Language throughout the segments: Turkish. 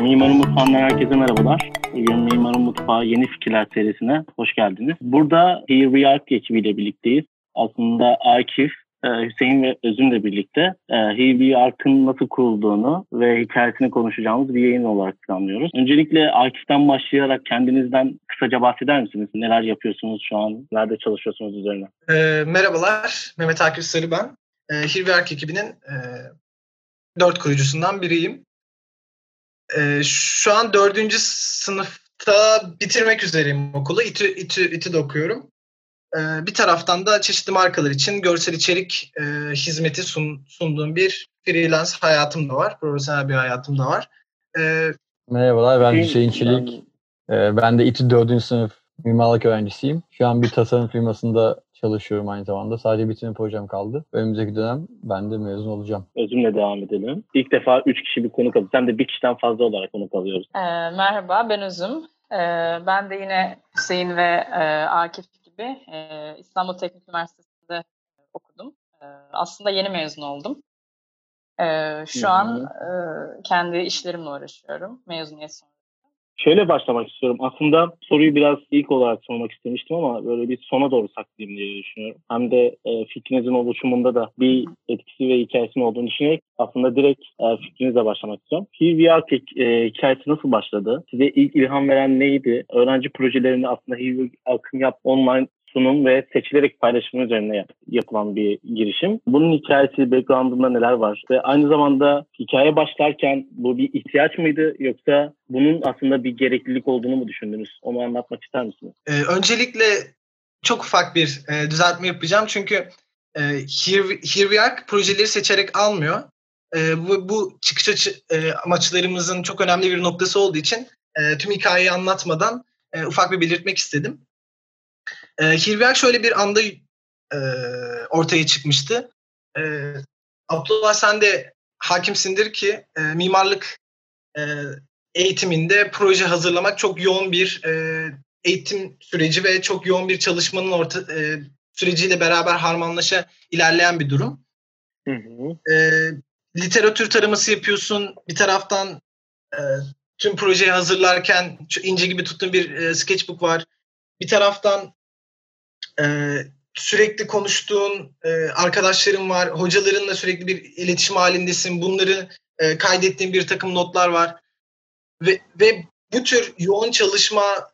Mimarın Mutfağı'ndan herkese merhabalar. Mimarın Mutfağı Yeni Fikirler serisine hoş geldiniz. Burada Here We Are ekibiyle birlikteyiz. Aslında Akif, Hüseyin ve Özüm'le birlikte Here We Are'ın nasıl kurulduğunu ve hikayesini konuşacağımız bir yayın olarak planlıyoruz. Öncelikle Akif'ten başlayarak kendinizden kısaca bahseder misiniz? Neler yapıyorsunuz şu an? Nerede çalışıyorsunuz üzerine? Merhabalar, Mehmet Akif Sarı ben. Here We Are ekibinin 4 kurucusundan biriyim. Şu an 4. sınıfta bitirmek üzereyim okulu. İTÜ'de okuyorum. Bir taraftan da çeşitli markalar için görsel içerik hizmeti sunduğum bir freelance hayatım da var. Profesyonel bir hayatım da var. Merhabalar, ben Hüseyin Çelik. Ben de İTÜ 4. sınıf mimarlık öğrencisiyim. Şu an bir tasarım firmasında çalışıyorum aynı zamanda. Sadece bitirme projem kaldı. Önümüzdeki dönem ben de mezun olacağım. Özümle devam edelim. İlk defa 3 kişi bir konuk alıyoruz. Hem de bir kişiden fazla olarak konuk alıyoruz. Merhaba, ben Özüm. Ben de yine Hüseyin ve Akif gibi İstanbul Teknik Üniversitesi'nde okudum. Aslında yeni mezun oldum. Şu an kendi işlerimle uğraşıyorum mezuniyet sonrası. Şöyle başlamak istiyorum. Aslında soruyu biraz ilk olarak sormak istemiştim ama böyle bir sona doğru saklayayım diye düşünüyorum. Hem de fikrinizin oluşumunda da bir etkisi ve hikayesinin olduğunu düşünerek aslında direkt fikrinizle başlamak istiyorum. Here We Are hikayesi nasıl başladı? Size ilk ilham veren neydi? Öğrenci projelerini aslında Here We Are'ın online sunum ve seçilerek paylaşımı üzerine yapılan bir girişim. Bunun hikayesi, background'ında neler var? Ve aynı zamanda hikaye başlarken bu bir ihtiyaç mıydı yoksa bunun aslında bir gereklilik olduğunu mu düşündünüz? Onu anlatmak ister misiniz? Öncelikle çok ufak bir düzeltme yapacağım. Çünkü Here We Are projeleri seçerek almıyor. Bu çıkış amaçlarımızın çok önemli bir noktası olduğu için tüm hikayeyi anlatmadan ufak bir belirtmek istedim. Here We Are şöyle bir anda ortaya çıkmıştı. Abdullah, sen de hakimsindir ki mimarlık eğitiminde proje hazırlamak çok yoğun bir eğitim süreci ve çok yoğun bir çalışmanın süreciyle beraber harmanlaşa ilerleyen bir durum. Hı hı. Literatür taraması yapıyorsun. Bir taraftan tüm projeyi hazırlarken ince gibi tuttuğun bir sketchbook var. Bir taraftan sürekli konuştuğun arkadaşların var. Hocalarınla sürekli bir iletişim halindesin. Bunları kaydettiğin bir takım notlar var. Ve bu tür yoğun çalışma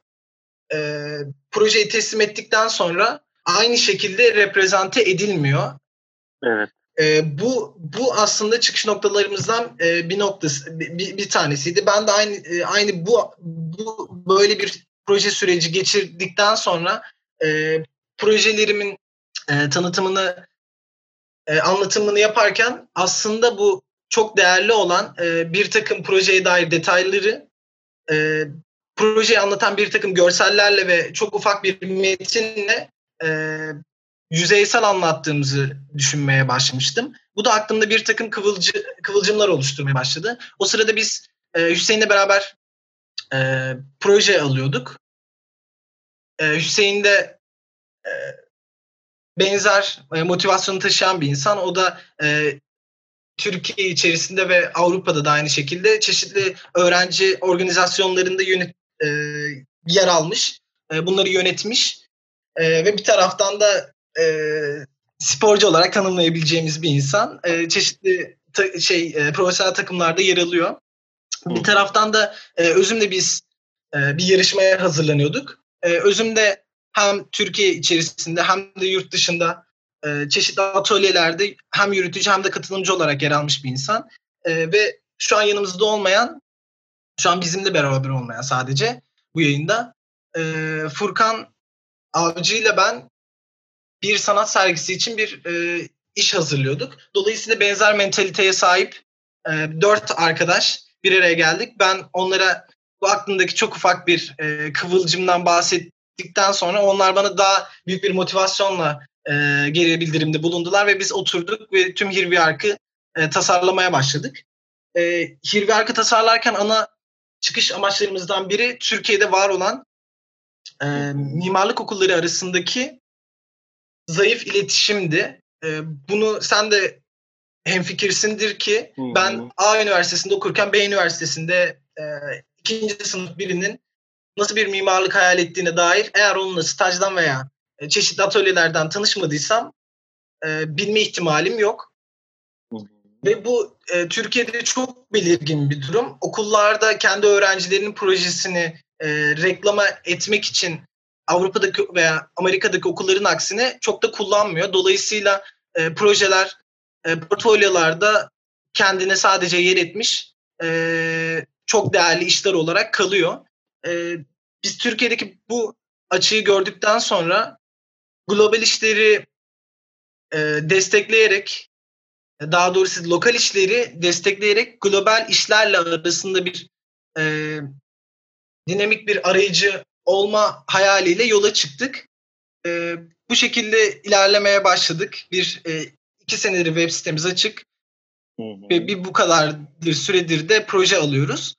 projeyi teslim ettikten sonra aynı şekilde reprezente edilmiyor. Evet. Bu aslında çıkış noktalarımızdan bir tanesiydi. Ben de aynı bu böyle bir proje süreci geçirdikten sonra projelerimin tanıtımını, anlatımını yaparken aslında bu çok değerli olan bir takım projeye dair detayları projeyi anlatan bir takım görsellerle ve çok ufak bir metinle yüzeysel anlattığımızı düşünmeye başlamıştım. Bu da aklımda bir takım kıvılcımlar oluşturmaya başladı. O sırada biz Hüseyin'le beraber proje alıyorduk. Hüseyin de benzer motivasyonu taşıyan bir insan. O da Türkiye içerisinde ve Avrupa'da da aynı şekilde çeşitli öğrenci organizasyonlarında yer almış. Bunları yönetmiş. Ve bir taraftan da sporcu olarak tanımlayabileceğimiz bir insan. Çeşitli profesyonel takımlarda yer alıyor. Bir taraftan da Özüm'le biz bir yarışmaya hazırlanıyorduk. Özüm de hem Türkiye içerisinde hem de yurt dışında çeşitli atölyelerde hem yürütücü hem de katılımcı olarak yer almış bir insan. Ve şu an yanımızda olmayan, şu an bizimle beraber olmayan sadece bu yayında Furkan Avcı ile ben bir sanat sergisi için bir iş hazırlıyorduk. Dolayısıyla benzer mentaliteye sahip 4 arkadaş bir araya geldik. Ben onlara bu aklımdaki çok ufak bir kıvılcımdan bahsettikten sonra onlar bana daha büyük bir motivasyonla geri bildirimde bulundular ve biz oturduk ve tüm Here We Are'ı tasarlamaya başladık. Here We Are'ı tasarlarken ana çıkış amaçlarımızdan biri Türkiye'de var olan mimarlık okulları arasındaki zayıf iletişimdi. Bunu sen de hemfikirsindir ki ben A Üniversitesi'nde okurken B Üniversitesi'nde ikinci sınıf birinin nasıl bir mimarlık hayal ettiğine dair eğer onunla stajdan veya çeşitli atölyelerden tanışmadıysam bilme ihtimalim yok. Ve bu Türkiye'de çok belirgin bir durum. Okullarda kendi öğrencilerinin projesini reklama etmek için Avrupa'daki veya Amerika'daki okulların aksine çok da kullanmıyor. Dolayısıyla projeler portfolyolarda kendine sadece yer etmiş çok değerli işler olarak kalıyor. Biz Türkiye'deki bu açığı gördükten sonra global işleri destekleyerek, daha doğrusu lokal işleri destekleyerek global işlerle arasında bir dinamik bir arayıcı olma hayaliyle yola çıktık. Bu şekilde ilerlemeye başladık. 2 senedir web sitemiz açık. Ve bir bu kadardır süredir de proje alıyoruz.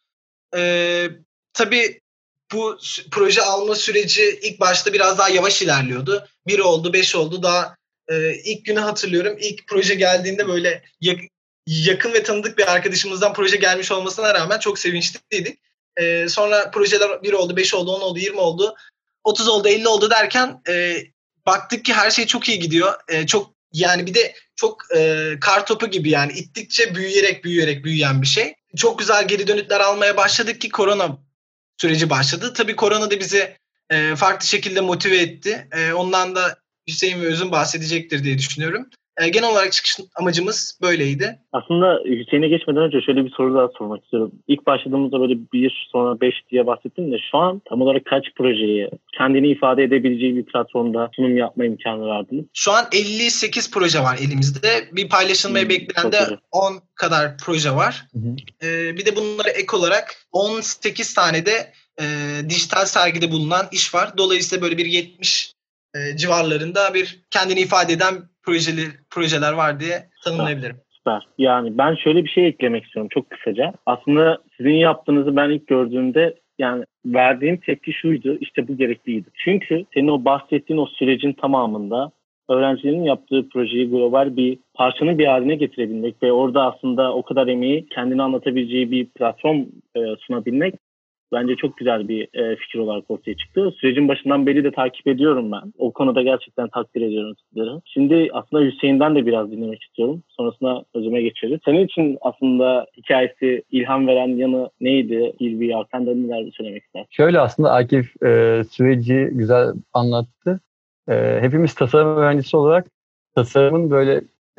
Tabii bu proje alma süreci ilk başta biraz daha yavaş ilerliyordu. 1 oldu, 5 oldu. Daha ilk günü hatırlıyorum. İlk proje geldiğinde böyle yakın ve tanıdık bir arkadaşımızdan proje gelmiş olmasına rağmen çok sevinçliydik. Sonra projeler 1 oldu, 5 oldu, 10 oldu, 20 oldu, 30 oldu, 50 oldu derken baktık ki her şey çok iyi gidiyor. Çok yani bir de çok kar topu gibi yani ittikçe büyüyen bir şey. Çok güzel geri dönütler almaya başladık ki korona süreci başladı. Tabii korona da bizi farklı şekilde motive etti. Ondan da Hüseyin ve Özün bahsedecektir diye düşünüyorum. Genel olarak çıkış amacımız böyleydi. Aslında Hüseyin'e geçmeden önce şöyle bir soru daha sormak istiyorum. İlk başladığımızda böyle 1 sonra 5 diye bahsettim de şu an tam olarak kaç projeyi kendini ifade edebileceği bir platformda sunum yapma imkanı verdiniz? Şu an 58 proje var elimizde. Bir paylaşılmayı bekleyen de 10 kadar proje var. Bir de bunlara ek olarak 18 tane de dijital sergide bulunan iş var. Dolayısıyla böyle bir 70 civarlarında bir kendini ifade eden projeler var diye tanımlayabilirim. Süper. Yani ben şöyle bir şey eklemek istiyorum çok kısaca. Aslında sizin yaptığınızı ben ilk gördüğümde yani verdiğim tepki şuydu, işte bu gerekliydi. Çünkü senin o bahsettiğin o sürecin tamamında öğrencilerin yaptığı projeyi global bir parçanın bir haline getirebilmek ve orada aslında o kadar emeği kendini anlatabileceği bir platform sunabilmek bence çok güzel bir fikir olarak ortaya çıktı. Sürecin başından beri de takip ediyorum ben. O konuda gerçekten takdir ediyorum sizleri. Şimdi aslında Hüseyin'den de biraz dinlemek istiyorum. Sonrasında Özüm'e geçeriz. Senin için aslında hikayesi, ilham veren yanı neydi? Bir arkanda neler söylemek ister? Şöyle aslında Akif süreci güzel anlattı. Hepimiz tasarım öğrencisi olarak tasarımın böyle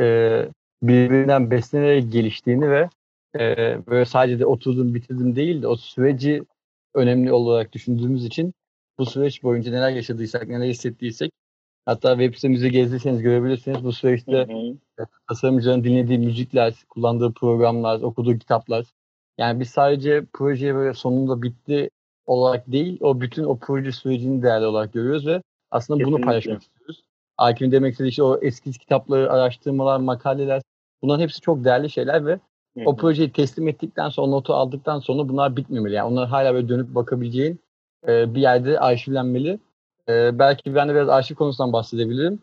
birbirinden beslenerek geliştiğini ve böyle sadece de oturdum bitirdim değil de o süreci önemli olarak düşündüğümüz için bu süreç boyunca neler yaşadıysak, neler hissettiysek, hatta web sitemizi gezdiyseniz görebilirsiniz. Bu süreçte tasarımcıların dinlediği müzikler, kullandığı programlar, okuduğu kitaplar. Yani biz sadece projeye böyle sonunda bitti olarak değil, o bütün o proje sürecini değerli olarak görüyoruz ve aslında bunu paylaşmak istiyoruz. Akif'in demek istediği işte o eski kitapları, araştırmalar, makaleler, bunların hepsi çok değerli şeyler ve o projeyi teslim ettikten sonra, notu aldıktan sonra bunlar bitmemeli. Yani onlar hala böyle dönüp bakabileceğin bir yerde arşivlenmeli. Belki ben de biraz arşiv konusundan bahsedebilirim.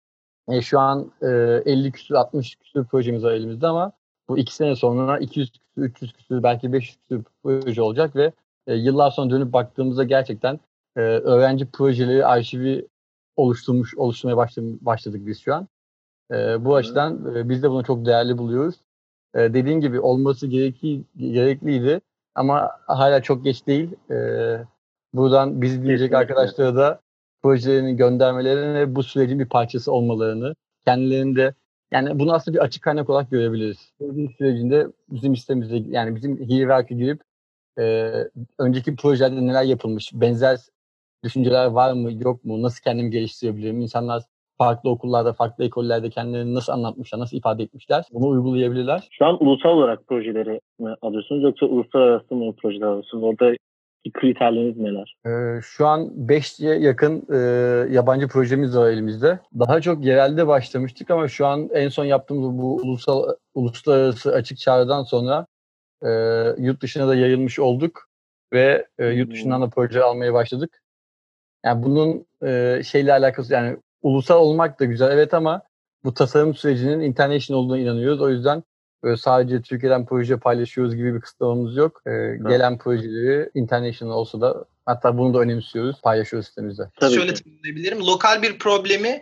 Şu an 50 küsur, 60 küsur projemiz var elimizde ama bu 2 sene sonra 200 küsur, 300 küsur, belki 500 küsur proje olacak ve yıllar sonra dönüp baktığımızda gerçekten öğrenci projeleri arşivi oluşturmaya başladık biz şu an. Bu açıdan biz de bunu çok değerli buluyoruz. Dediğin gibi olması gerekliydi ama hala çok geç değil. Buradan bizi dinleyecek arkadaşlara da projelerini göndermelerini ve bu sürecin bir parçası olmalarını, kendilerinde yani bunu aslında bir açık kaynak olarak görebiliriz. Bu sürecinde bizim sitemizde yani bizim hierarki girip önceki projelerde neler yapılmış, benzer düşünceler var mı, yok mu, nasıl kendimi geliştirebilirim, insanlar farklı okullarda, farklı ekollerde kendilerini nasıl anlatmışlar, nasıl ifade etmişler, bunu uygulayabilirler. Şu an ulusal olarak projeleri mi alıyorsunuz yoksa uluslararası mı projeler alıyorsunuz? Orada kriterleriniz neler? Şu an 5'e yakın yabancı projemiz var elimizde. Daha çok yerelde başlamıştık ama şu an en son yaptığımız bu uluslararası açık çağrıdan sonra yurt dışına da yayılmış olduk ve yurt dışından da proje almaya başladık. Yani bunun şeyle alakası yani ulusal olmak da güzel evet ama bu tasarım sürecinin international olduğuna inanıyoruz. O yüzden Böyle sadece Türkiye'den proje paylaşıyoruz gibi bir kısıtlamamız yok. Gelen projeleri international olsa da, hatta bunu da önemsiyoruz, paylaşıyoruz sitemizde. Şöyle tanımlayabilirim. Lokal bir problemi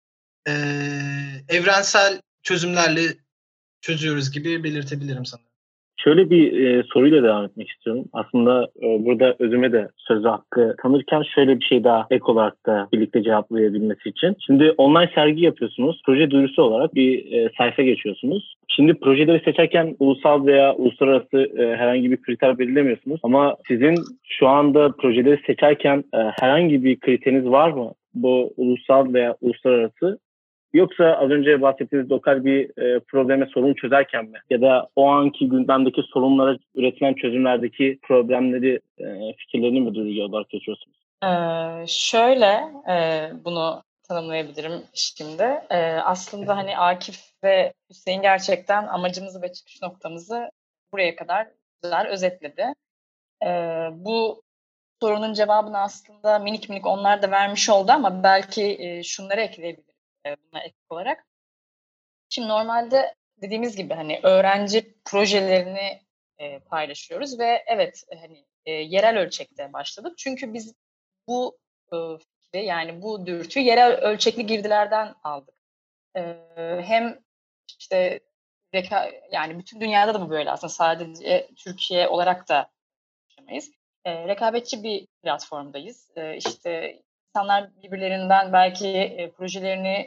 evrensel çözümlerle çözüyoruz gibi belirtebilirim sana. Şöyle bir soruyla devam etmek istiyorum. Aslında burada Özüm'e de söz hakkı tanırken şöyle bir şey daha ek olarak da birlikte cevaplayabilmesi için. Şimdi online sergi yapıyorsunuz. Proje duyurusu olarak bir sayfa geçiyorsunuz. Şimdi projeleri seçerken ulusal veya uluslararası herhangi bir kriter belirlemiyorsunuz. Ama sizin şu anda projeleri seçerken herhangi bir kriteriniz var mı? Bu ulusal veya uluslararası. Yoksa az önce bahsettiğiniz lokal bir probleme sorun çözerken mi? Ya da o anki gündemdeki sorunlara üretilen çözümlerdeki problemleri, fikirlerini mi duyuruyor olarak geçiyorsunuz? Şöyle bunu tanımlayabilirim şimdi. Aslında hani Akif ve Hüseyin gerçekten amacımızı ve çıkış noktamızı buraya kadar güzel özetledi. Bu sorunun cevabını aslında minik minik onlar da vermiş oldu ama belki şunları ekleyebilirim buna ek olarak. Şimdi normalde dediğimiz gibi hani öğrenci projelerini paylaşıyoruz ve evet hani yerel ölçekte başladık. Çünkü biz bu fikri, yani bu dürtüyü yerel ölçekli girdilerden aldık. Hem işte yani bütün dünyada da bu böyle aslında, sadece Türkiye olarak da yaşamayız. Rekabetçi bir platformdayız. İşte insanlar birbirlerinden belki projelerini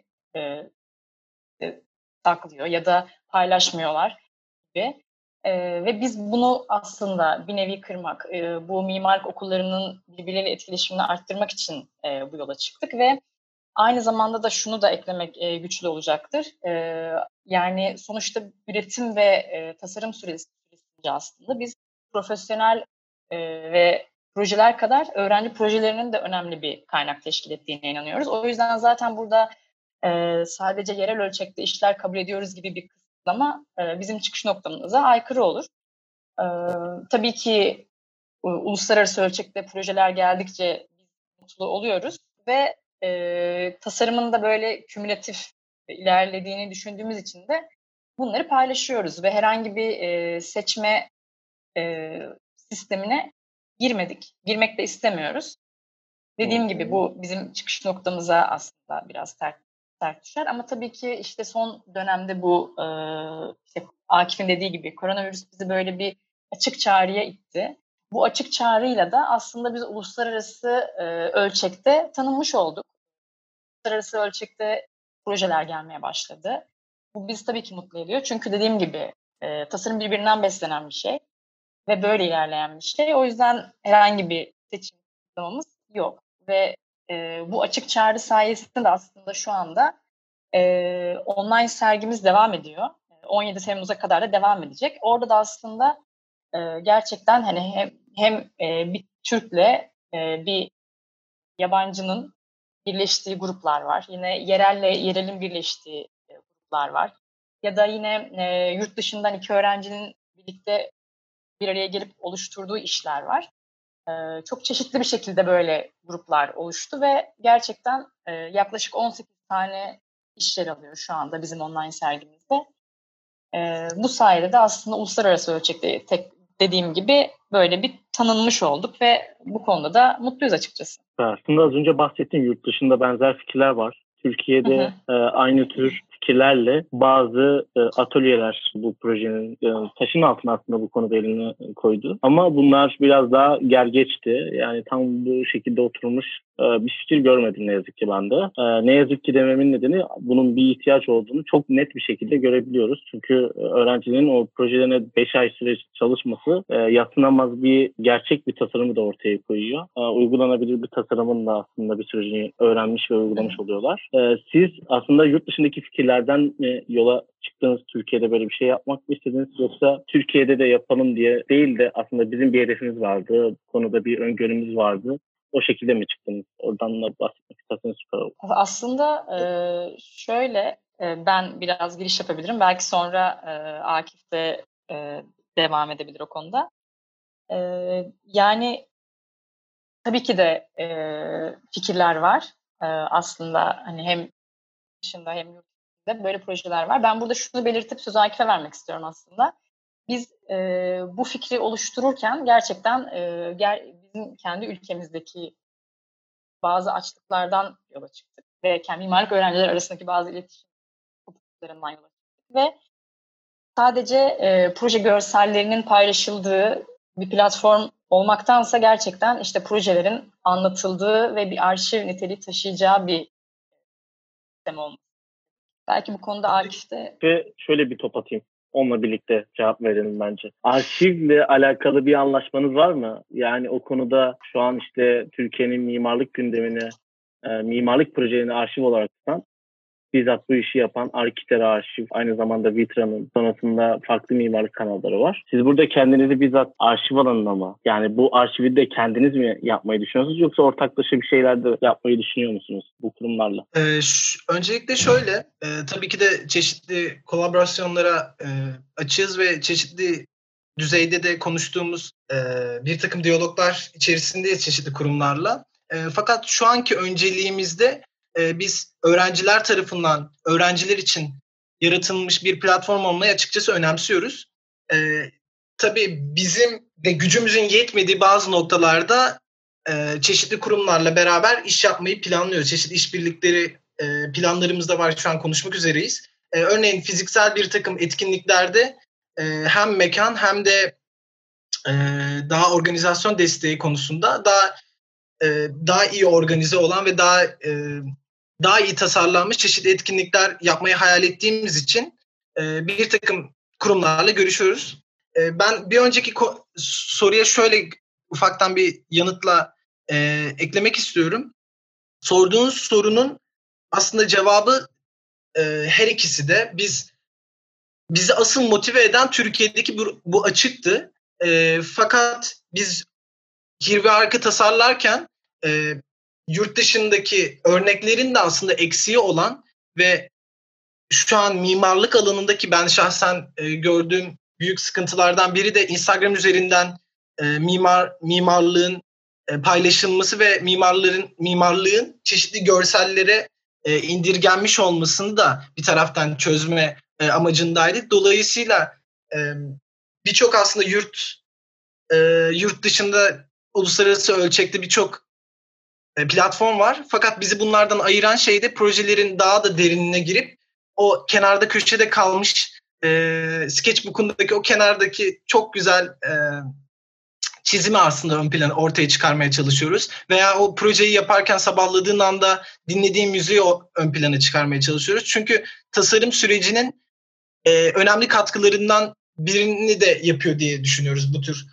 saklıyor ya da paylaşmıyorlar gibi. Ve biz bunu aslında bir nevi kırmak, bu mimarlık okullarının birbirleriyle etkileşimini arttırmak için bu yola çıktık ve aynı zamanda da şunu da eklemek güçlü olacaktır. Yani sonuçta üretim ve tasarım süresince aslında biz profesyonel ve projeler kadar öğrenci projelerinin de önemli bir kaynak teşkil ettiğine inanıyoruz. O yüzden zaten burada sadece yerel ölçekte işler kabul ediyoruz gibi bir kısıtlama bizim çıkış noktamıza aykırı olur. Tabii ki uluslararası ölçekte projeler geldikçe biz mutlu oluyoruz ve tasarımın da böyle kümülatif ilerlediğini düşündüğümüz için de bunları paylaşıyoruz ve herhangi bir seçme sistemine girmek de istemiyoruz. Dediğim gibi bu bizim çıkış noktamıza aslında biraz sert düşer ama tabii ki işte son dönemde bu işte Akif'in dediği gibi koronavirüs bizi böyle bir açık çağrıya itti. Bu açık çağrıyla da aslında biz uluslararası ölçekte tanınmış olduk. Uluslararası ölçekte projeler gelmeye başladı. Bu bizi tabii ki mutlu ediyor. Çünkü dediğim gibi tasarım birbirinden beslenen bir şey ve böyle ilerleyen bir şey. O yüzden herhangi bir seçim yapmamız yok. Ve bu açık çağrı sayesinde de aslında şu anda online sergimiz devam ediyor. 17 Temmuz'a kadar da devam edecek. Orada da aslında gerçekten hani hem bir Türk'le bir yabancının birleştiği gruplar var. Yine yerelin birleştiği gruplar var. Ya da yine yurt dışından iki öğrencinin birlikte bir araya gelip oluşturduğu işler var. Çok çeşitli bir şekilde böyle gruplar oluştu ve gerçekten yaklaşık 18 tane iş yer alıyor şu anda bizim online sergimizde. Bu sayede de aslında uluslararası ölçekte dediğim gibi böyle bir tanınmış olduk ve bu konuda da mutluyuz açıkçası. Aslında az önce bahsettiğim yurt dışında benzer fikirler var. Türkiye'de aynı tür fikirlerle bazı atölyeler bu projenin taşın altına aslında bu konuda elini koydu. Ama bunlar biraz daha gergeçti. Yani tam bu şekilde oturmuş bir fikir görmedim ne yazık ki ben de. Ne yazık ki dememin nedeni bunun bir ihtiyaç olduğunu çok net bir şekilde görebiliyoruz. Çünkü öğrencilerin o projelerine 5 ay süreç çalışması yadsınamaz bir gerçek bir tasarımı da ortaya koyuyor. Uygulanabilir bir tasarımın da aslında bir sürecini öğrenmiş ve uygulamış oluyorlar. Siz aslında yurt dışındaki fikirlerden yola çıktınız, Türkiye'de böyle bir şey yapmak mı istediniz, yoksa Türkiye'de de yapalım diye değil de aslında bizim bir hedefimiz vardı, bu konuda bir öngörümüz vardı. O şekilde mi çıktınız? Oradan da bahsetmek isterseniz süper olur. Aslında şöyle ben biraz giriş yapabilirim. Belki sonra Akif de devam edebilir o konuda. Yani tabii ki de fikirler var. Aslında hani hem dışında hem yurt içerisinde böyle projeler var. Ben burada şunu belirtip sözü Akif'e vermek istiyorum aslında. Biz bu fikri oluştururken gerçekten bizim kendi ülkemizdeki bazı açlıklardan yola çıktık ve mimarlık öğrencileri arasındaki bazı iletişim kopukluklarından yola çıktık ve sadece proje görsellerinin paylaşıldığı bir platform olmaktansa gerçekten işte projelerin anlatıldığı ve bir arşiv niteliği taşıyacağı bir sistem olması. Belki bu konuda Akif'te... Ve şöyle bir top atayım. Onunla birlikte cevap verelim bence. Arşivle alakalı bir anlaşmanız var mı? Yani o konuda şu an işte Türkiye'nin mimarlık gündemini, mimarlık projelerini arşiv olarak tutan, bizzat bu işi yapan Arkitera Arşiv, aynı zamanda Vitra'nın sonrasında farklı mimarlık kanalları var. Siz burada kendinizi bizzat arşiv alanına mı? Yani bu arşivi de kendiniz mi yapmayı düşünüyorsunuz yoksa ortaklaşa bir şeyler de yapmayı düşünüyor musunuz bu kurumlarla? Öncelikle şöyle, tabii ki de çeşitli kolaborasyonlara açığız ve çeşitli düzeyde de konuştuğumuz bir takım diyaloglar içerisindeyiz çeşitli kurumlarla. Fakat şu anki önceliğimizde biz öğrenciler tarafından, öğrenciler için yaratılmış bir platform olmayı açıkçası önemsiyoruz. Tabii bizim de gücümüzün yetmediği bazı noktalarda çeşitli kurumlarla beraber iş yapmayı planlıyoruz. Çeşitli işbirlikleri planlarımızda var, şu an konuşmak üzereyiz. Örneğin fiziksel bir takım etkinliklerde hem mekan hem de daha organizasyon desteği konusunda daha iyi organize olan ve daha iyi tasarlanmış çeşitli etkinlikler yapmayı hayal ettiğimiz için bir takım kurumlarla görüşüyoruz. Ben bir önceki soruya şöyle ufaktan bir yanıtla eklemek istiyorum. Sorduğunuz sorunun aslında cevabı her ikisi de. Bizi asıl motive eden Türkiye'deki bu açıktı. Fakat biz Gir ve Ark'ı tasarlarken yurt dışındaki örneklerin de aslında eksiği olan ve şu an mimarlık alanındaki ben şahsen gördüğüm büyük sıkıntılardan biri de Instagram üzerinden mimarlığın paylaşılması ve mimarlığın çeşitli görsellere indirgenmiş olmasını da bir taraftan çözme amacındaydık. Dolayısıyla birçok aslında yurt dışında uluslararası ölçekte birçok platform var. Fakat bizi bunlardan ayıran şey de projelerin daha da derinine girip o kenarda köşede kalmış sketchbook'undaki o kenardaki çok güzel çizimi aslında ön plana ortaya çıkarmaya çalışıyoruz. Veya o projeyi yaparken sabahladığın anda dinlediğin müziği ön plana çıkarmaya çalışıyoruz. Çünkü tasarım sürecinin önemli katkılarından birini de yapıyor diye düşünüyoruz bu tür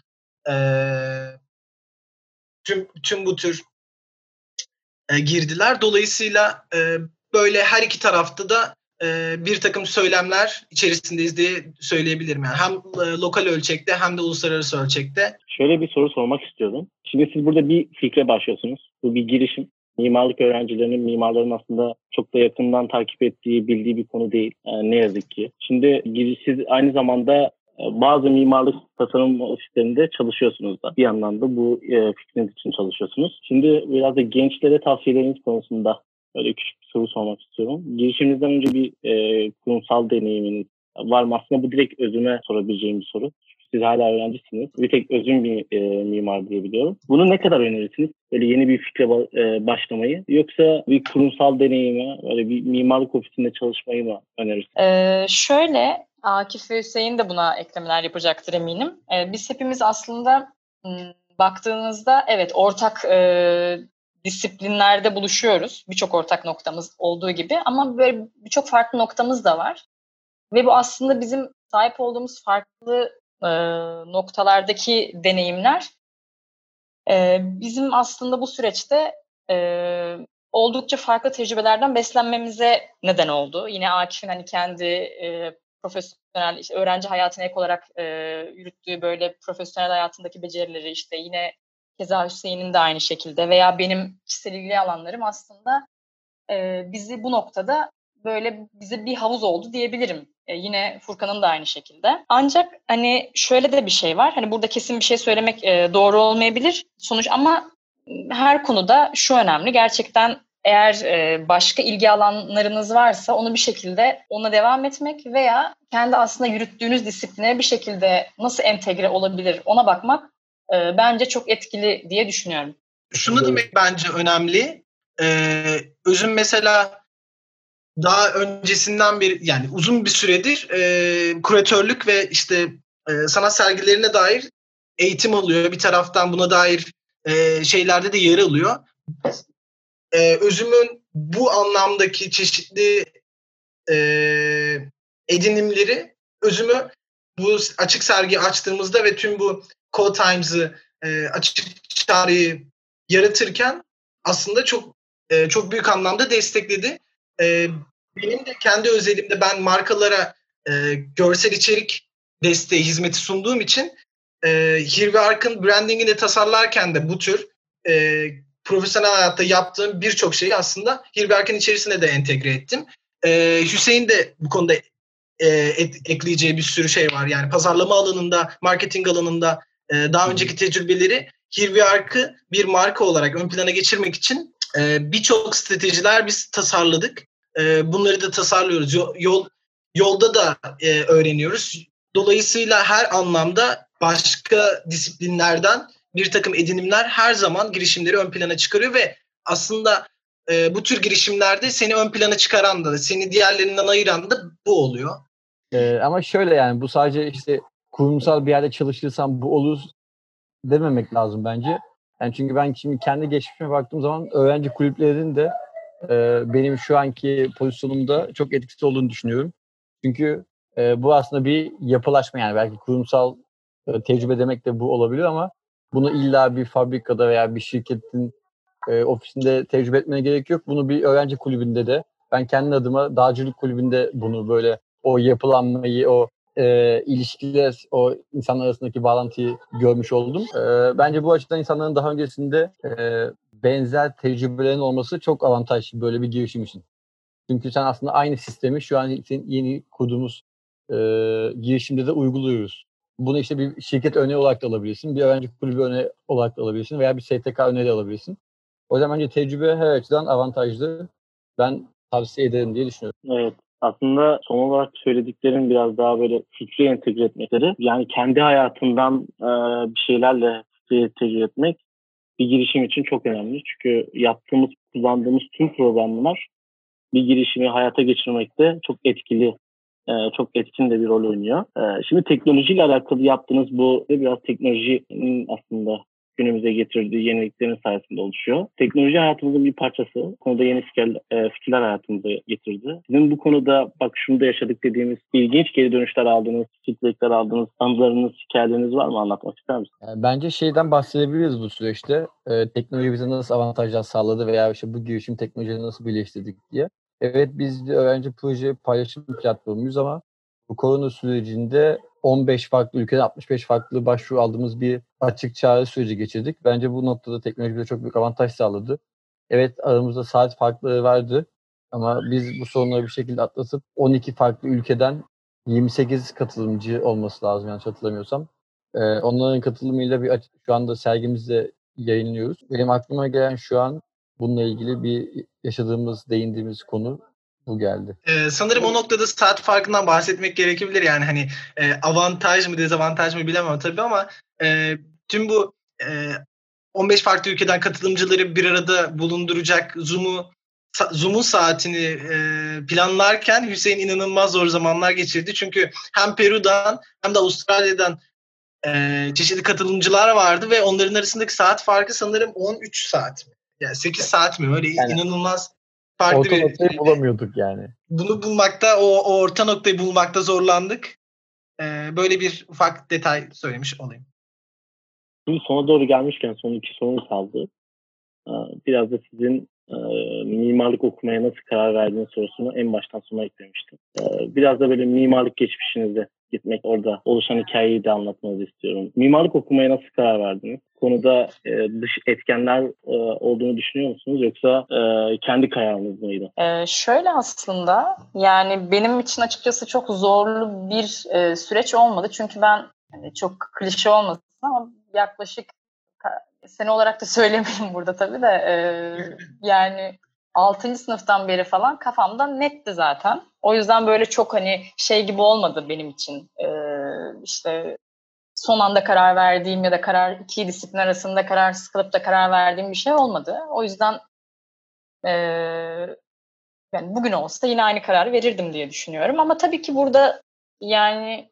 tüm bu tür girdiler. Dolayısıyla böyle her iki tarafta da bir takım söylemler içerisindeyiz diye söyleyebilirim. Yani hem lokal ölçekte hem de uluslararası ölçekte. Şöyle bir soru sormak istiyordum. Şimdi siz burada bir fikre başlıyorsunuz. Bu bir girişim. Mimarlık öğrencilerinin, mimarların aslında çok da yakından takip ettiği, bildiği bir konu değil. Ne yazık ki. Şimdi siz aynı zamanda bazı mimarlık tasarım ofislerinde çalışıyorsunuz da. Bir yandan da bu fikriniz için çalışıyorsunuz. Şimdi biraz da gençlere tavsiyeleriniz konusunda böyle küçük bir soru sormak istiyorum. Girişiminizden önce bir kurumsal deneyiminiz var mı? Aslında bu direkt özüme sorabileceğim bir soru. Siz hala öğrencisiniz. Bir tek özüm bir mimar diye biliyorum. Bunu ne kadar önerirsiniz? Böyle yeni bir fikre başlamayı yoksa bir kurumsal deneyime, böyle bir mimarlık ofisinde çalışmayı mı önerirsiniz? Şöyle, Akif ve Hüseyin de buna eklemeler yapacaktır eminim. Biz hepimiz aslında baktığınızda evet ortak disiplinlerde buluşuyoruz. Birçok ortak noktamız olduğu gibi ama böyle birçok farklı noktamız da var. Ve bu aslında bizim sahip olduğumuz farklı noktalardaki deneyimler bizim aslında bu süreçte oldukça farklı tecrübelerden beslenmemize neden oldu. Yine Akif'in hani kendi profesyonel işte öğrenci hayatına ek olarak yürüttüğü böyle profesyonel hayatındaki becerileri işte yine keza Hüseyin'in de aynı şekilde veya benim kişisel ilgi alanlarım aslında bizi bu noktada böyle bize bir havuz oldu diyebilirim. Yine Furkan'ın da aynı şekilde. Ancak hani şöyle de bir şey var. Hani burada kesin bir şey söylemek doğru olmayabilir. Sonuç ama her konuda şu önemli. Gerçekten Eğer başka ilgi alanlarınız varsa onu bir şekilde ona devam etmek veya kendi aslında yürüttüğünüz disipline bir şekilde nasıl entegre olabilir ona bakmak bence çok etkili diye düşünüyorum. Şunu demek bence önemli. Özüm mesela daha öncesinden bir yani uzun bir süredir kuratörlük ve işte sanat sergilerine dair eğitim alıyor. Bir taraftan buna dair şeylerde de yer alıyor. Özümün bu anlamdaki çeşitli edinimleri özümü bu açık sergi açtığımızda ve tüm bu Co-Times'ı açık çağrıyı yaratırken aslında çok büyük anlamda destekledi. Benim de kendi özelimde ben markalara görsel içerik desteği hizmeti sunduğum için Here We Are'ın brandingini tasarlarken de bu tür profesyonel hayatta yaptığım birçok şeyi aslında Here We Are'ın içerisine de entegre ettim. Hüseyin de bu konuda ekleyeceği bir sürü şey var. Yani pazarlama alanında, marketing alanında daha önceki tecrübeleri Here We Are'ı bir marka olarak ön plana geçirmek için birçok stratejiler biz tasarladık. Bunları da tasarlıyoruz. Yolda da öğreniyoruz. Dolayısıyla her anlamda başka disiplinlerden bir takım edinimler her zaman girişimleri ön plana çıkarıyor ve aslında bu tür girişimlerde seni ön plana çıkaran da, seni diğerlerinden ayıran da bu oluyor. Ama şöyle yani bu sadece işte kurumsal bir yerde çalışırsam bu olur dememek lazım bence. Yani çünkü ben şimdi kendi geçmişime baktığım zaman öğrenci kulüplerinin de benim şu anki pozisyonumda çok etkisi olduğunu düşünüyorum. Çünkü bu aslında bir yapılaşma yani belki kurumsal tecrübe demek de bu olabilir ama bunu illa bir fabrikada veya bir şirketin ofisinde tecrübe etmene gerek yok. Bunu bir öğrenci kulübünde de ben kendi adıma dağcılık kulübünde bunu böyle o yapılanmayı, o ilişkiler, o insanlar arasındaki bağlantıyı görmüş oldum. Bence bu açıdan insanların daha öncesinde benzer tecrübelerin olması çok avantajlı böyle bir girişim için. Çünkü sen aslında aynı sistemi şu an yeni kurduğumuz girişimde de uyguluyoruz. Bunu işte bir şirket örneği olarak da alabilirsin, bir öğrenci kulübü örneği olarak da alabilirsin veya bir STK örneği de alabilirsin. O yüzden bence tecrübe her açıdan avantajlı. Ben tavsiye ederim diye düşünüyorum. Evet. Aslında son olarak söylediklerin biraz daha böyle fikri entegre etmekleri. Yani kendi hayatından bir şeylerle fikri entegre etmek bir girişim için çok önemli. Çünkü kullandığımız tüm programlar bir girişimi hayata geçirmekte çok etkili, çok etkin de bir rol oynuyor. Şimdi teknolojiyle alakalı yaptığınız bu biraz teknolojinin aslında günümüze getirdiği yeniliklerin sayesinde oluşuyor. Teknoloji hayatımızın bir parçası. Konuda yeni fikirler hayatımıza getirdi. Sizin bu konuda bak şunu da yaşadık dediğimiz ilginç geri dönüşler aldığınız, feedbackler aldığınız, anılarınız, hikayeleriniz var mı? Anlatmak ister misiniz? Bence şeyden bahsedebiliriz bu süreçte. Teknoloji bize nasıl avantajlar sağladı veya işte bu girişim teknolojiyle nasıl birleştirdik diye. Evet biz de öğrenci proje paylaşım platformuyuz ama bu korona sürecinde 15 farklı ülkede 65 farklı başvuru aldığımız bir açık çağrı süreci geçirdik. Bence bu noktada teknoloji bize çok büyük avantaj sağladı. Evet aramızda saat farkları vardı ama biz bu sorunları bir şekilde atlatıp 12 farklı ülkeden 28 katılımcı olması lazım yanlış hatırlamıyorsam. Onların katılımıyla şu anda sergimizde yayınlıyoruz. Benim aklıma gelen şu an bununla ilgili bir değindiğimiz konu bu geldi. Sanırım o noktada saat farkından bahsetmek gerekebilir. Yani hani avantaj mı dezavantaj mı bilemem tabii ama tüm bu 15 farklı ülkeden katılımcıları bir arada bulunduracak Zoom'un saatini planlarken Hüseyin inanılmaz zor zamanlar geçirdi. Çünkü hem Peru'dan hem de Avustralya'dan çeşitli katılımcılar vardı ve onların arasındaki saat farkı sanırım 13 saat mi? Yani 8 saat mi? Öyle yani, inanılmaz farklı orta noktayı bulamıyorduk yani. Bunu bulmakta, o orta noktayı bulmakta zorlandık. Böyle bir ufak detay söylemiş olayım. Şimdi sona doğru gelmişken son 2 sorumuz kaldı. Biraz da sizin mimarlık okumaya nasıl karar verdiğiniz sorusunu en baştan sona eklemiştim. Biraz da böyle mimarlık geçmişinize gitmek, orada oluşan hikayeyi de anlatmanızı istiyorum. Mimarlık okumaya nasıl karar verdiniz? Konuda dış etkenler olduğunu düşünüyor musunuz yoksa kendi kararınız mıydı? Şöyle aslında yani benim için açıkçası çok zorlu bir süreç olmadı. Çünkü ben çok klişe olmasın ama yaklaşık sene olarak da söylemeyeyim burada tabii de yani 6. sınıftan beri falan kafamda netti zaten. O yüzden böyle çok hani şey gibi olmadı benim için. İşte son anda karar verdiğim ya da iki disiplin arasında kararsız kalıp da karar verdiğim bir şey olmadı. O yüzden yani bugün olsa yine aynı kararı verirdim diye düşünüyorum. Ama tabii ki burada yani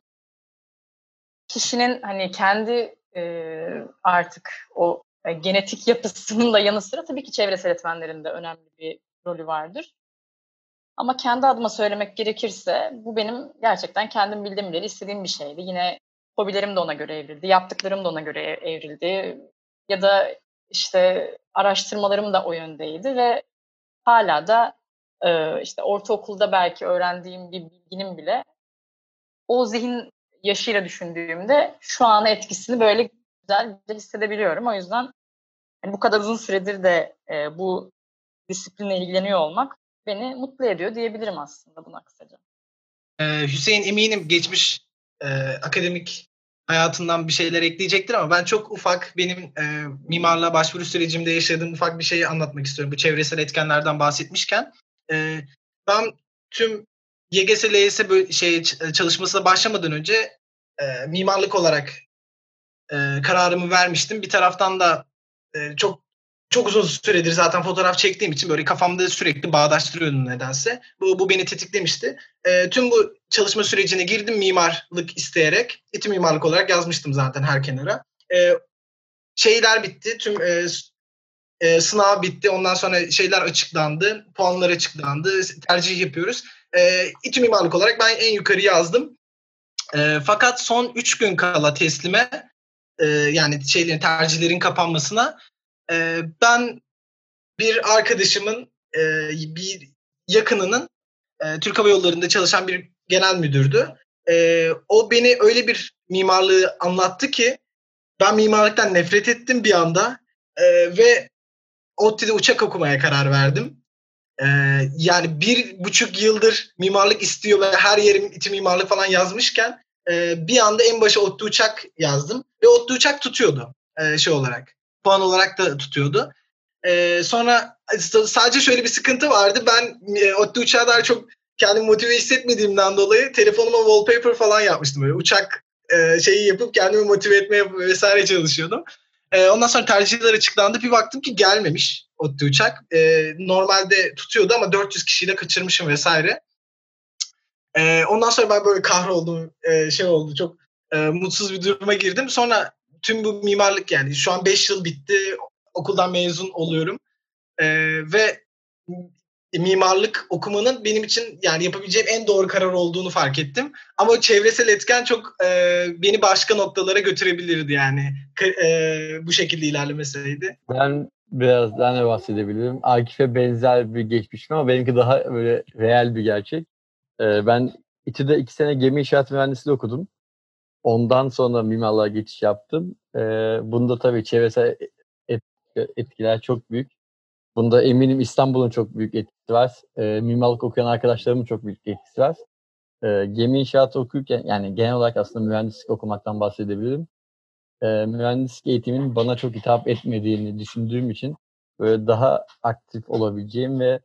kişinin hani kendi artık o genetik yapısının da yanı sıra tabii ki çevresel etmenlerin de önemli bir rolü vardır. Ama kendi adıma söylemek gerekirse bu benim gerçekten kendim bildiğim bileli istediğim bir şeydi. Yine hobilerim de ona göre evrildi, yaptıklarım da ona göre evrildi. Ya da işte araştırmalarım da o yöndeydi ve hala da işte ortaokulda belki öğrendiğim bir bilginin bile o zihin yaşıyla düşündüğümde şu an etkisini böyle güzel hissedebiliyorum. O yüzden yani bu kadar uzun süredir de bu disiplinle ilgileniyor olmak beni mutlu ediyor diyebilirim aslında buna kısaca. Hüseyin eminim geçmiş akademik hayatından bir şeyler ekleyecektir ama ben çok ufak benim mimarlığa başvuru sürecimde yaşadığım ufak bir şeyi anlatmak istiyorum. Bu çevresel etkenlerden bahsetmişken. Ben tüm YGS, LYS çalışmasına başlamadan önce mimarlık olarak kararımı vermiştim. Bir taraftan da çok uzun süredir zaten fotoğraf çektiğim için böyle kafamda sürekli bağdaştırıyordum nedense. Bu beni tetiklemişti. Tüm bu çalışma sürecine girdim mimarlık isteyerek. İTÜ mimarlık olarak yazmıştım zaten her kenara. Şeyler bitti. Tüm sınav bitti. Ondan sonra şeyler açıklandı. Puanlar açıklandı. Tercih yapıyoruz. İTÜ mimarlık olarak ben en yukarı yazdım. Fakat son 3 gün kala teslime yani tercihlerin kapanmasına ben bir arkadaşımın bir yakınının Türk Hava Yolları'nda çalışan bir genel müdürdü. O beni öyle bir mimarlığı anlattı ki ben mimarlıktan nefret ettim bir anda ve ODTÜ'de uçak okumaya karar verdim. Yani 1,5 yıldır mimarlık istiyor ve her yerim İTÜ mimarlık falan yazmışken bir anda en başa ODTÜ uçak yazdım ve ODTÜ uçak tutuyordu olarak. Puan olarak da tutuyordu. Sonra sadece şöyle bir sıkıntı vardı. Ben ODTÜ uçağa daha çok kendimi motive hissetmediğimden dolayı telefonuma wallpaper falan yapmıştım. Böyle uçak şeyi yapıp kendimi motive etmeye vesaire çalışıyordum. Ondan sonra tercihler açıklandı. Bir baktım ki gelmemiş ODTÜ uçak. Normalde tutuyordu ama 400 kişiyle kaçırmışım vesaire. Ondan sonra ben böyle kahroldum. Oldu. Çok mutsuz bir duruma girdim. Sonra tüm bu mimarlık yani şu an 5 yıl bitti. Okuldan mezun oluyorum. Ve mimarlık okumanın benim için yani yapabileceğim en doğru karar olduğunu fark ettim. Ama o çevresel etken çok beni başka noktalara götürebilirdi yani. Bu şekilde ilerlemeseydi. Ben birazdan ne bahsedebilirim. Akif'e benzer bir geçmişim ama benimki daha böyle real bir gerçek. Ben İTÜ'de 2 sene gemi inşaat mühendisliği okudum. Ondan sonra mimarlığa geçiş yaptım. Bunda tabii çevresel etkiler çok büyük. Bunda eminim İstanbul'un çok büyük etkisi var. Mimarlık okuyan arkadaşlarımın çok büyük etkisi var. Gemi inşaatı okurken yani genel olarak aslında mühendislik okumaktan bahsedebilirim. Mühendislik eğitiminin bana çok hitap etmediğini düşündüğüm için böyle daha aktif olabileceğim ve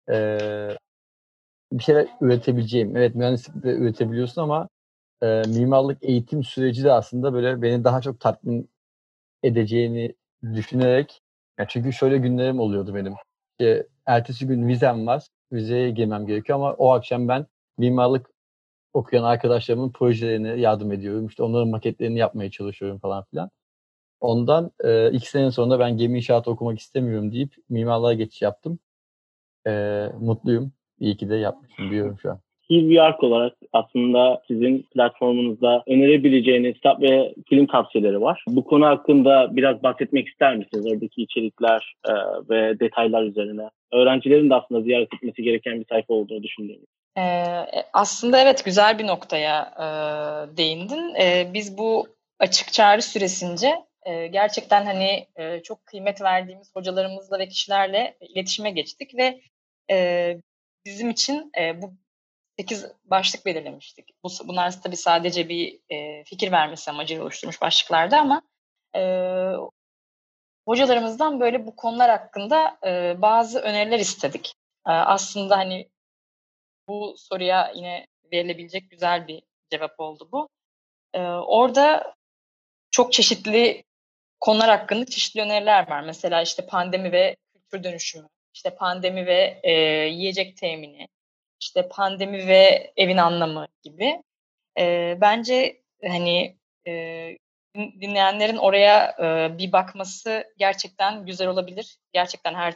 bir şeyler üretebileceğim. Evet mühendislikte üretebiliyorsun ama mimarlık eğitim süreci de aslında böyle beni daha çok tatmin edeceğini düşünerek yani çünkü şöyle günlerim oluyordu benim. Ertesi gün vizem var. Vizeye girmem gerekiyor ama o akşam ben mimarlık okuyan arkadaşlarımın projelerine yardım ediyorum. İşte onların maketlerini yapmaya çalışıyorum falan filan. Ondan 2 sene sonra ben gemi inşaatı okumak istemiyorum deyip mimarlığa geçiş yaptım. Mutluyum. İyi ki de yapmışım diyorum şu an. Hilviyark olarak aslında sizin platformunuzda önerebileceğiniz kitap ve film tavsiyeleri var. Bu konu hakkında biraz bahsetmek ister misiniz? Oradaki içerikler ve detaylar üzerine. Öğrencilerin de aslında ziyaret etmesi gereken bir sayfa olduğunu düşünüyorum. Aslında evet güzel bir noktaya değindin. Biz bu açık çağrı süresince gerçekten hani çok kıymet verdiğimiz hocalarımızla ve kişilerle iletişime geçtik ve bizim için bu 8 başlık belirlemiştik. Bunlar tabii sadece bir fikir vermesi amacıyla oluşturmuş başlıklardı ama hocalarımızdan böyle bu konular hakkında bazı öneriler istedik. Aslında hani bu soruya yine verilebilecek güzel bir cevap oldu bu. Orada çok çeşitli konular hakkında çeşitli öneriler var. Mesela işte pandemi ve kültür dönüşümü, işte pandemi ve yiyecek temini, işte pandemi ve evin anlamı gibi. Bence hani dinleyenlerin oraya bir bakması gerçekten güzel olabilir. Gerçekten her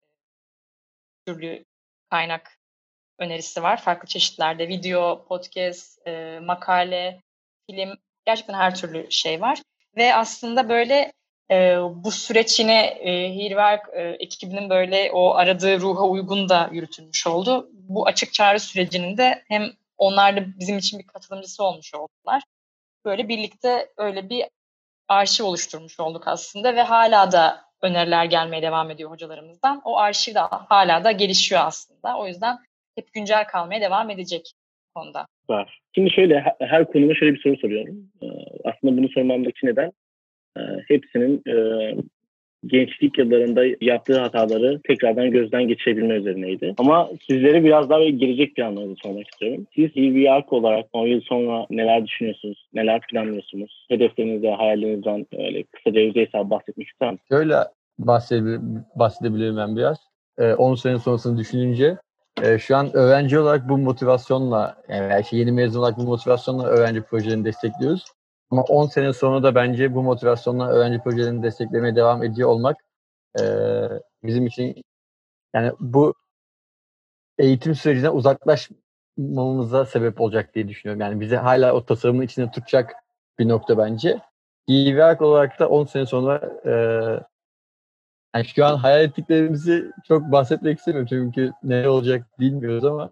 türlü kaynak önerisi var. Farklı çeşitlerde video, podcast, makale, film, gerçekten her türlü şey var. Ve aslında böyle bu süreç yine Hirwerk ekibinin böyle o aradığı ruha uygun da yürütülmüş oldu. Bu açık çağrı sürecinin de hem onlar da bizim için bir katılımcısı olmuş oldular. Böyle birlikte öyle bir arşiv oluşturmuş olduk aslında ve hala da öneriler gelmeye devam ediyor hocalarımızdan. O arşiv de hala da gelişiyor aslında. O yüzden hep güncel kalmaya devam edecek bu konuda. Var. Şimdi şöyle her konuma şöyle bir soru soruyorum. Aslında bunu sormamdaki neden hepsinin gençlik yıllarında yaptığı hataları tekrardan gözden geçirebilme üzerineydi. Ama sizlere biraz daha gelecek planlarınızı sormak istiyorum. Siz Hirwerk olarak 10 yıl sonra neler düşünüyorsunuz? Neler planlıyorsunuz? Hedeflerinizden, hayallerinizden öyle kısaca yüzeysel bahsetmek ister misiniz? Şöyle bahsedebilirim ben biraz. 10 sene sonrasını düşününce şu an öğrenci olarak bu motivasyonla, yani yeni mezun olarak bu motivasyonla öğrenci projelerini destekliyoruz. Ama 10 sene sonra da bence bu motivasyonla öğrenci projelerini desteklemeye devam ediyor olmak bizim için, yani bu eğitim sürecinden uzaklaşmamıza sebep olacak diye düşünüyorum. Yani bizi hala o tasarımın içinde tutacak bir nokta bence. Hirwerk olarak da 10 sene sonra yani şu an hayal ettiklerimizi çok bahsetmek istemiyorum çünkü ne olacak bilmiyoruz ama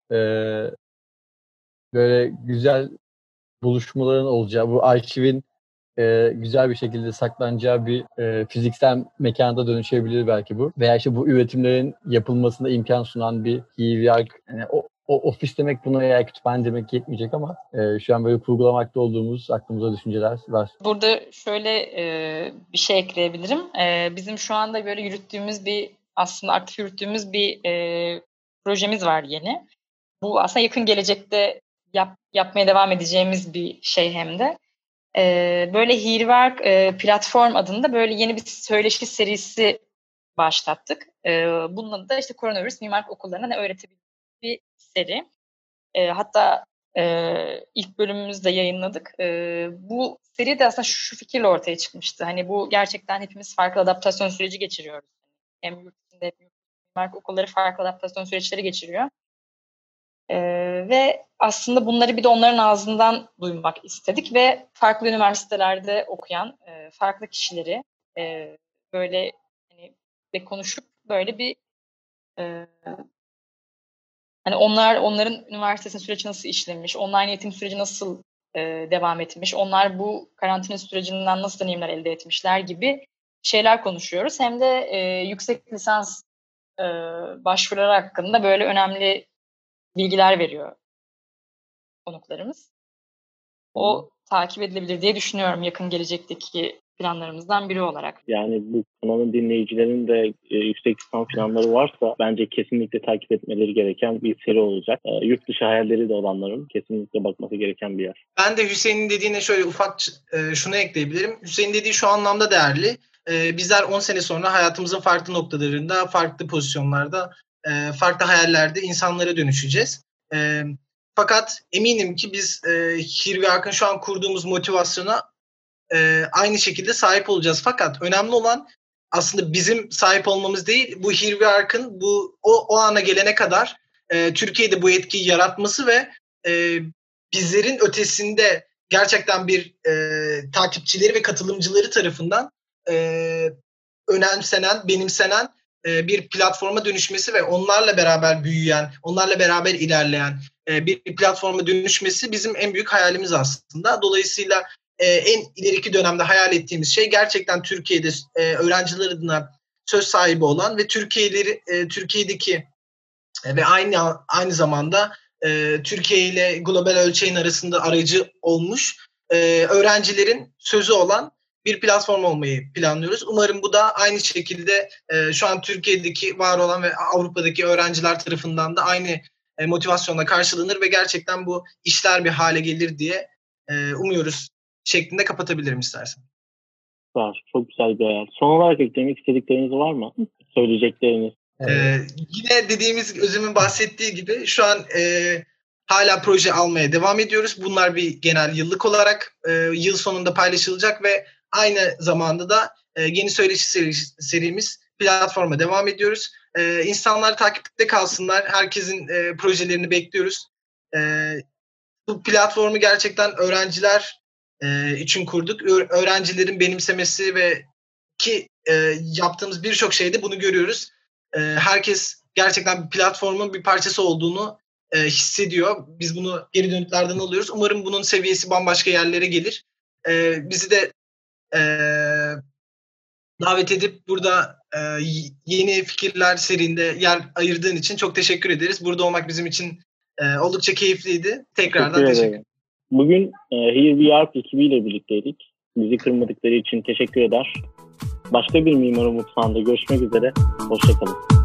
böyle güzel buluşmaların olacağı, bu arşivin güzel bir şekilde saklanacağı bir fiziksel mekanda dönüşebilir belki bu. Veya işte bu üretimlerin yapılmasına imkan sunan bir Hirwerk, yani o ofis demek buna veya kütüphane demek yetmeyecek ama şu an böyle kurgulamakta olduğumuz aklımıza düşünceler var. Burada şöyle bir şey ekleyebilirim. Bizim şu anda böyle yürüttüğümüz aslında aktif yürüttüğümüz bir projemiz var yeni. Bu aslında yakın gelecekte yapmaya devam edeceğimiz bir şey hem de. Böyle Hirwerk platform adında böyle yeni bir söyleşi serisi başlattık. Bunun adı da işte koronavirüs mimarlık okullarına ne öğretebilir bir seri. Hatta ilk bölümümüzü de yayınladık. Bu seri de aslında şu fikirle ortaya çıkmıştı. Hani bu gerçekten hepimiz farklı adaptasyon süreci geçiriyoruz. Hem yurt içinde hem mimarlık okulları farklı adaptasyon süreçleri geçiriyor. Ve aslında bunları bir de onların ağzından duymak istedik ve farklı üniversitelerde okuyan farklı kişileri böyle hani ve konuşup böyle bir hani onların üniversitesinin süreci nasıl işlemiş, online eğitim süreci nasıl devam etmiş, onlar bu karantina sürecinden nasıl deneyimler elde etmişler gibi şeyler konuşuyoruz. Hem de yüksek lisans başvuruları hakkında böyle önemli bilgiler veriyor konuklarımız. O takip edilebilir diye düşünüyorum yakın gelecekteki planlarımızdan biri olarak. Yani bu kanalın dinleyicilerinin de yüksek lisans planları varsa bence kesinlikle takip etmeleri gereken bir seri olacak. Yurt dışı hayalleri de olanların kesinlikle bakması gereken bir yer. Ben de Hüseyin'in dediğine şöyle ufak şunu ekleyebilirim. Hüseyin dediği şu anlamda değerli. Bizler 10 sene sonra hayatımızın farklı noktalarında, farklı pozisyonlarda, farklı hayallerde insanlara dönüşeceğiz. Fakat eminim ki biz Hirwerk'ın şu an kurduğumuz motivasyona aynı şekilde sahip olacağız. Fakat önemli olan aslında bizim sahip olmamız değil, bu Hirwerk'ın o ana gelene kadar Türkiye'de bu etkiyi yaratması ve bizlerin ötesinde gerçekten bir takipçileri ve katılımcıları tarafından önemsenen, benimsenen bir platforma dönüşmesi ve onlarla beraber büyüyen, onlarla beraber ilerleyen bir platforma dönüşmesi bizim en büyük hayalimiz aslında. Dolayısıyla en ileriki dönemde hayal ettiğimiz şey gerçekten Türkiye'de öğrenciler adına söz sahibi olan ve Türkiye'deki ve aynı zamanda Türkiye ile global ölçeğin arasında aracı olmuş öğrencilerin sözü olan bir platform olmayı planlıyoruz. Umarım bu da aynı şekilde şu an Türkiye'deki var olan ve Avrupa'daki öğrenciler tarafından da aynı motivasyonla karşılanır ve gerçekten bu işler bir hale gelir diye umuyoruz şeklinde kapatabilirim istersen. Var. Çok güzel bir hayal. Son olarak eklemek istedikleriniz var mı? Söyleyecekleriniz. Yine dediğimiz, Özüm'ün bahsettiği gibi şu an hala proje almaya devam ediyoruz. Bunlar bir genel yıllık olarak yıl sonunda paylaşılacak ve aynı zamanda da yeni söyleşi serimiz platforma devam ediyoruz. İnsanlar takipte kalsınlar. Herkesin projelerini bekliyoruz. Bu platformu gerçekten öğrenciler için kurduk. Öğrencilerin benimsemesi ve ki yaptığımız birçok şeyde bunu görüyoruz. Herkes gerçekten platformun bir parçası olduğunu hissediyor. Biz bunu geri dönütlerden alıyoruz. Umarım bunun seviyesi bambaşka yerlere gelir. Bizi de davet edip burada yeni fikirler serinde yer ayırdığın için çok teşekkür ederiz. Burada olmak bizim için oldukça keyifliydi. Tekrardan teşekkür ederim. Bugün Here We Are ekibiyle birlikteydik. Bizi kırmadıkları için teşekkür eder. Başka bir Mimarı Mutfağı'nda görüşmek üzere. Hoşça kalın.